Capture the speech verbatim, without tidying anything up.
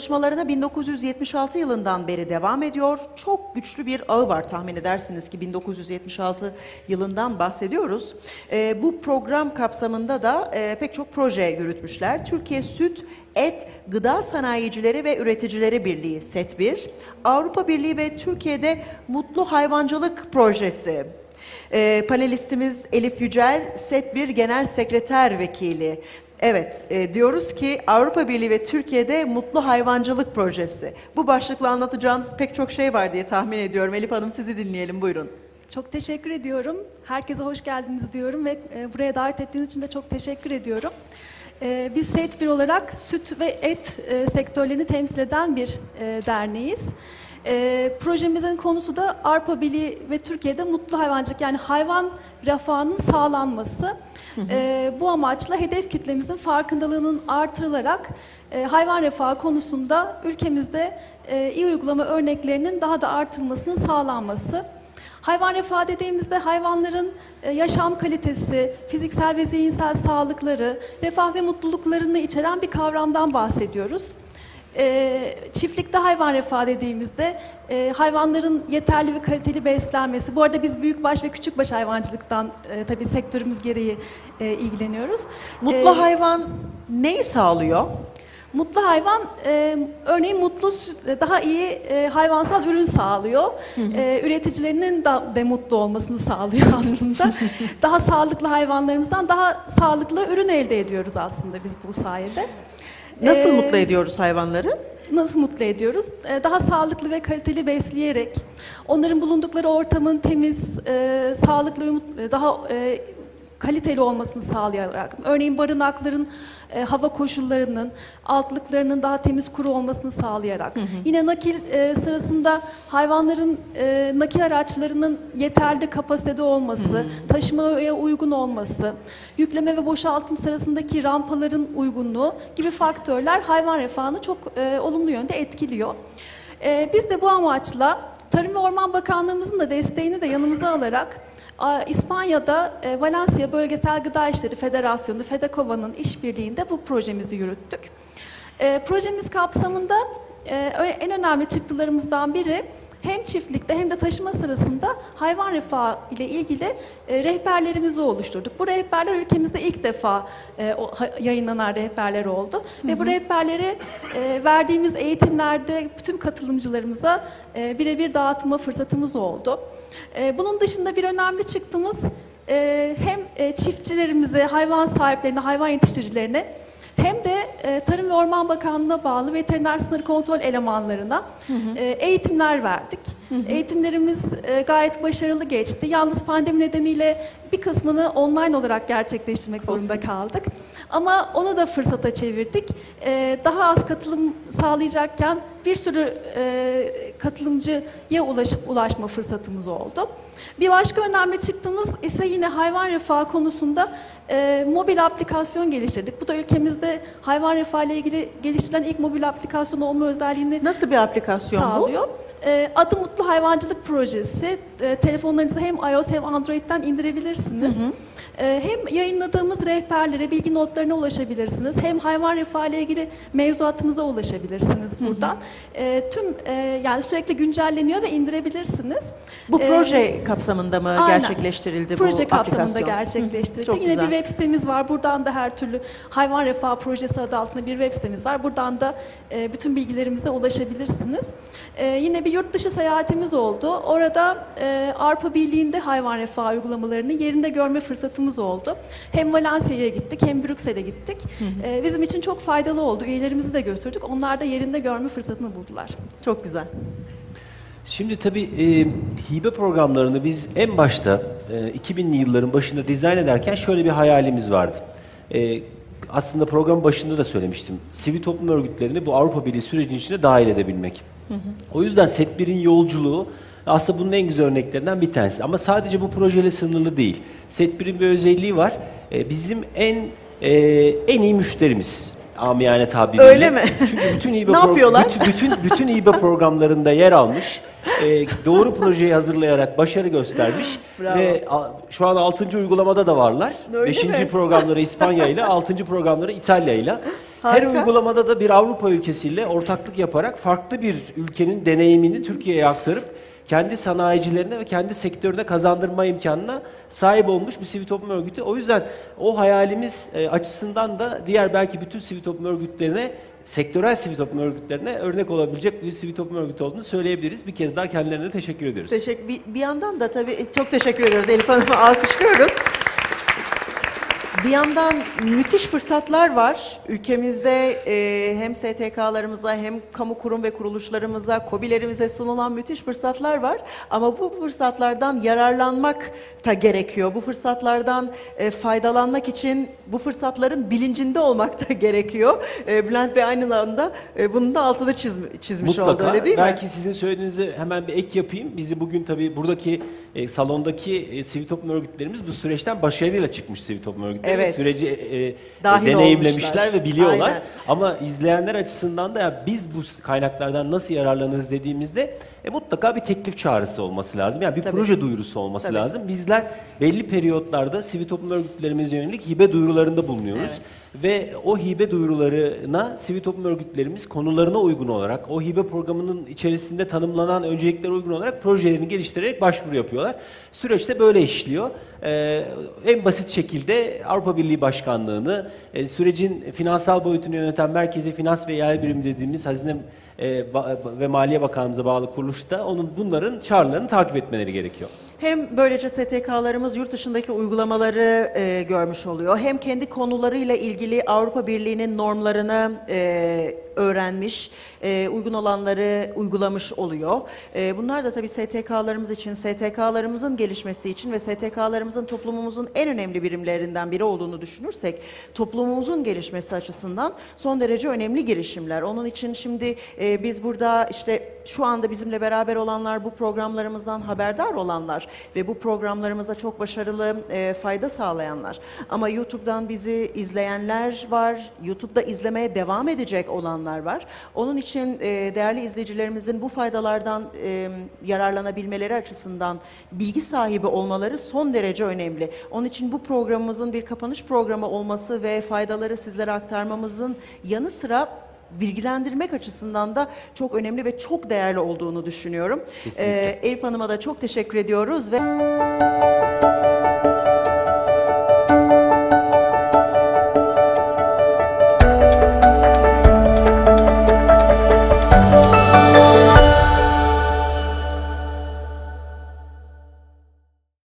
çalışmalarına bin dokuz yüz yetmiş altı yılından beri devam ediyor. Çok güçlü bir ağı var, tahmin edersiniz ki bin dokuz yüz yetmiş altı yılından bahsediyoruz. E, bu program kapsamında da e, pek çok proje yürütmüşler. Türkiye Süt, Et, Gıda Sanayicileri ve Üreticileri Birliği SETBİR, Avrupa Birliği ve Türkiye'de Mutlu Hayvancılık Projesi. E, panelistimiz Elif Yücel, SETBİR Genel Sekreter Vekili. Evet, e, diyoruz ki Avrupa Birliği ve Türkiye'de Mutlu Hayvancılık Projesi. Bu başlıkla anlatacağınız pek çok şey var diye tahmin ediyorum. Elif Hanım, sizi dinleyelim, buyurun. Çok teşekkür ediyorum. Herkese hoş geldiniz diyorum ve e, buraya davet ettiğiniz için de çok teşekkür ediyorum. E, biz SETBİR olarak süt ve et e, sektörlerini temsil eden bir e, derneğiz. E, projemizin konusu da Avrupa Birliği ve Türkiye'de mutlu hayvancılık, yani hayvan refahının sağlanması. Hı hı. E, bu amaçla hedef kitlemizin farkındalığının artırılarak e, hayvan refahı konusunda ülkemizde e, iyi uygulama örneklerinin daha da artırılmasının sağlanması. Hayvan refahı dediğimizde hayvanların e, yaşam kalitesi, fiziksel ve zihinsel sağlıkları, refah ve mutluluklarını içeren bir kavramdan bahsediyoruz. E, çiftlikte hayvan refahı dediğimizde e, hayvanların yeterli ve kaliteli beslenmesi. Bu arada biz büyükbaş ve küçükbaş hayvancılıktan e, tabii sektörümüz gereği e, ilgileniyoruz. Mutlu e, hayvan neyi sağlıyor? Mutlu hayvan, e, örneğin mutlu, daha iyi e, hayvansal ürün sağlıyor. Hı hı. E, üreticilerinin de, de mutlu olmasını sağlıyor aslında. Daha sağlıklı hayvanlarımızdan daha sağlıklı ürün elde ediyoruz aslında biz bu sayede. Nasıl e, mutlu ediyoruz hayvanları? Nasıl mutlu ediyoruz? E, daha sağlıklı ve kaliteli besleyerek, onların bulundukları ortamın temiz, e, sağlıklı ve mutlu, daha e, kaliteli olmasını sağlayarak, örneğin barınakların e, hava koşullarının, altlıklarının daha temiz, kuru olmasını sağlayarak, hı hı. yine nakil e, sırasında hayvanların e, nakil araçlarının yeterli kapasitede olması, hı hı. taşımaya uygun olması, yükleme ve boşaltım sırasındaki rampaların uygunluğu gibi faktörler hayvan refahını çok e, olumlu yönde etkiliyor. E, biz de bu amaçla Tarım ve Orman Bakanlığımızın da desteğini de yanımıza alarak İspanya'da e, Valencia Bölgesel Gıda İşleri Federasyonu, FEDECOVA'nın işbirliğinde bu projemizi yürüttük. E, projemiz kapsamında e, en önemli çıktılarımızdan biri, hem çiftlikte hem de taşıma sırasında hayvan refahı ile ilgili e, rehberlerimizi oluşturduk. Bu rehberler ülkemizde ilk defa e, o, ha, yayınlanan rehberler oldu. Hı hı. Ve bu rehberleri e, verdiğimiz eğitimlerde bütün katılımcılarımıza e, birebir dağıtma fırsatımız oldu. E, bunun dışında bir önemli çıktımız e, hem e, çiftçilerimize, hayvan sahiplerine, hayvan yetiştiricilerine, hem de e, Tarım ve Orman Bakanlığı'na bağlı veteriner sınır kontrol elemanlarına hı hı. E, eğitimler verdik. Hı hı. Eğitimlerimiz e, gayet başarılı geçti. Yalnız pandemi nedeniyle bir kısmını online olarak gerçekleştirmek zorunda Olsun. kaldık. Ama onu da fırsata çevirdik. E, daha az katılım sağlayacakken bir sürü e, katılımcıya ulaşıp ulaşma fırsatımız oldu. Bir başka önemli çıktığımız ise yine hayvan refahı konusunda e, mobil aplikasyon geliştirdik. Bu da ülkemizde hayvan refahı ile ilgili geliştirilen ilk mobil aplikasyon olma özelliğini Nasıl bir aplikasyon sağlıyor. bu? E, adı Mutlu Hayvancılık Projesi. E, telefonlarınıza hem iOS hem Android'den indirebilirsiniz. Hı hı. E, hem yayınladığımız rehberlere, bilgi notlarına ulaşabilirsiniz. Hem hayvan refahı ile ilgili mevzuatımıza ulaşabilirsiniz buradan. Hı hı. E, tüm e, yani sürekli güncelleniyor ve indirebilirsiniz. Bu proje e, kapsamında mı aynen. gerçekleştirildi proje bu aplikasyon? Proje kapsamında gerçekleştirildi. Yine güzel. bir web sitemiz var. Buradan da her türlü hayvan refahı projesi adı altında bir web sitemiz var. Buradan da e, bütün bilgilerimize ulaşabilirsiniz. E, yine bir yurt dışı seyahatimiz oldu. Orada e, Avrupa Birliği'nde hayvan refahı uygulamalarını yerinde görme fırsatımız oldu. Hem Valencia'ya gittik hem Brüksel'e gittik. Hı hı. E, bizim için çok faydalı oldu. Üyelerimizi de götürdük. Onlar da yerinde görme fırsatını buldular. Çok güzel. Şimdi tabii e, hibe programlarını biz en başta e, iki binli yılların başında dizayn ederken şöyle bir hayalimiz vardı. E, aslında program başında da söylemiştim. Sivil toplum örgütlerini bu Avrupa Birliği sürecinin içine dahil edebilmek. Hı hı. O yüzden SETBİR'in yolculuğu aslında bunun en güzel örneklerinden bir tanesi. Ama sadece bu projeyle sınırlı değil. SETBİR'in bir özelliği var. E, bizim en e, en iyi müşterimiz. Amiyane tabiriyle. Öyle mi? Çünkü bütün hibe ne yapıyorlar? Bütün, bütün, bütün hibe programlarında yer almış. E, doğru projeyi hazırlayarak başarı göstermiş. Bravo. Ve a, şu an altıncı uygulamada da varlar. Öyle Beşinci mi? programları İspanya ile, altıncı programları İtalya ile. Her Harika. uygulamada da bir Avrupa ülkesiyle ortaklık yaparak farklı bir ülkenin deneyimini Türkiye'ye aktarıp kendi sanayicilerine ve kendi sektörüne kazandırma imkanına sahip olmuş bir sivil toplum örgütü. O yüzden o hayalimiz e, açısından da diğer belki bütün sivil toplum örgütlerine, sektörel sivil toplum örgütlerine örnek olabilecek bir sivil toplum örgütü olduğunu söyleyebiliriz. Bir kez daha kendilerine teşekkür ediyoruz. Teşekkür, bir, bir yandan da tabii çok teşekkür ediyoruz. Elif Hanım'ı alkışlıyoruz. Bir yandan müthiş fırsatlar var. Ülkemizde e, hem S T K'larımıza hem kamu kurum ve kuruluşlarımıza, KOBİ'lerimize sunulan müthiş fırsatlar var. Ama bu fırsatlardan yararlanmak da gerekiyor. Bu fırsatlardan e, faydalanmak için bu fırsatların bilincinde olmak da gerekiyor. E, Bülent Bey aynı anda e, bunun da altını çizmi, çizmiş Mutlaka. oldu, öyle değil mi? Belki sizin söylediğinizi hemen bir ek yapayım. Bizi bugün tabii buradaki e, salondaki e, sivil toplum örgütlerimiz bu süreçten başarıyla çıkmış sivil toplum örgütleri. Evet. Süreci e, Dahil deneyimlemişler olmuşlar. ve biliyorlar. Aynen. Ama izleyenler açısından da ya biz bu kaynaklardan nasıl yararlanırız dediğimizde e, mutlaka bir teklif çağrısı olması lazım. Yani bir Tabii. proje duyurusu olması Tabii. lazım. Bizler belli periyotlarda sivil toplum örgütlerimize yönelik hibe duyurularında bulunuyoruz. Evet. Ve o hibe duyurularına sivil toplum örgütlerimiz konularına uygun olarak, o hibe programının içerisinde tanımlanan önceliklere uygun olarak projelerini geliştirerek başvuru yapıyorlar. Süreçte böyle işliyor. Ee, en basit şekilde Avrupa Birliği Başkanlığı'nı, e, sürecin finansal boyutunu yöneten Merkezi Finans ve İhale Birimi dediğimiz Hazine e, ba- ve Maliye Bakanlığımıza bağlı kuruluşta onun bunların çağrılarını takip etmeleri gerekiyor. Hem böylece S T K'larımız yurt dışındaki uygulamaları e, görmüş oluyor. Hem kendi konularıyla ilgili Avrupa Birliği'nin normlarını e, öğrenmiş, e, uygun olanları uygulamış oluyor. E, bunlar da tabii S T K'larımız için, S T K'larımızın gelişmesi için ve S T K'larımızın toplumumuzun en önemli birimlerinden biri olduğunu düşünürsek, toplumumuzun gelişmesi açısından son derece önemli girişimler. Onun için şimdi e, biz burada işte şu anda bizimle beraber olanlar, bu programlarımızdan haberdar olanlar ve bu programlarımıza çok başarılı e, fayda sağlayanlar. Ama YouTube'dan bizi izleyenler var, YouTube'da izlemeye devam edecek olanlar var. Onun için e, değerli izleyicilerimizin bu faydalardan e, yararlanabilmeleri açısından bilgi sahibi olmaları son derece önemli. Onun için bu programımızın bir kapanış programı olması ve faydaları sizlere aktarmamızın yanı sıra bilgilendirmek açısından da çok önemli ve çok değerli olduğunu düşünüyorum. Kesinlikle. Ee, Elif Hanım'a da çok teşekkür ediyoruz ve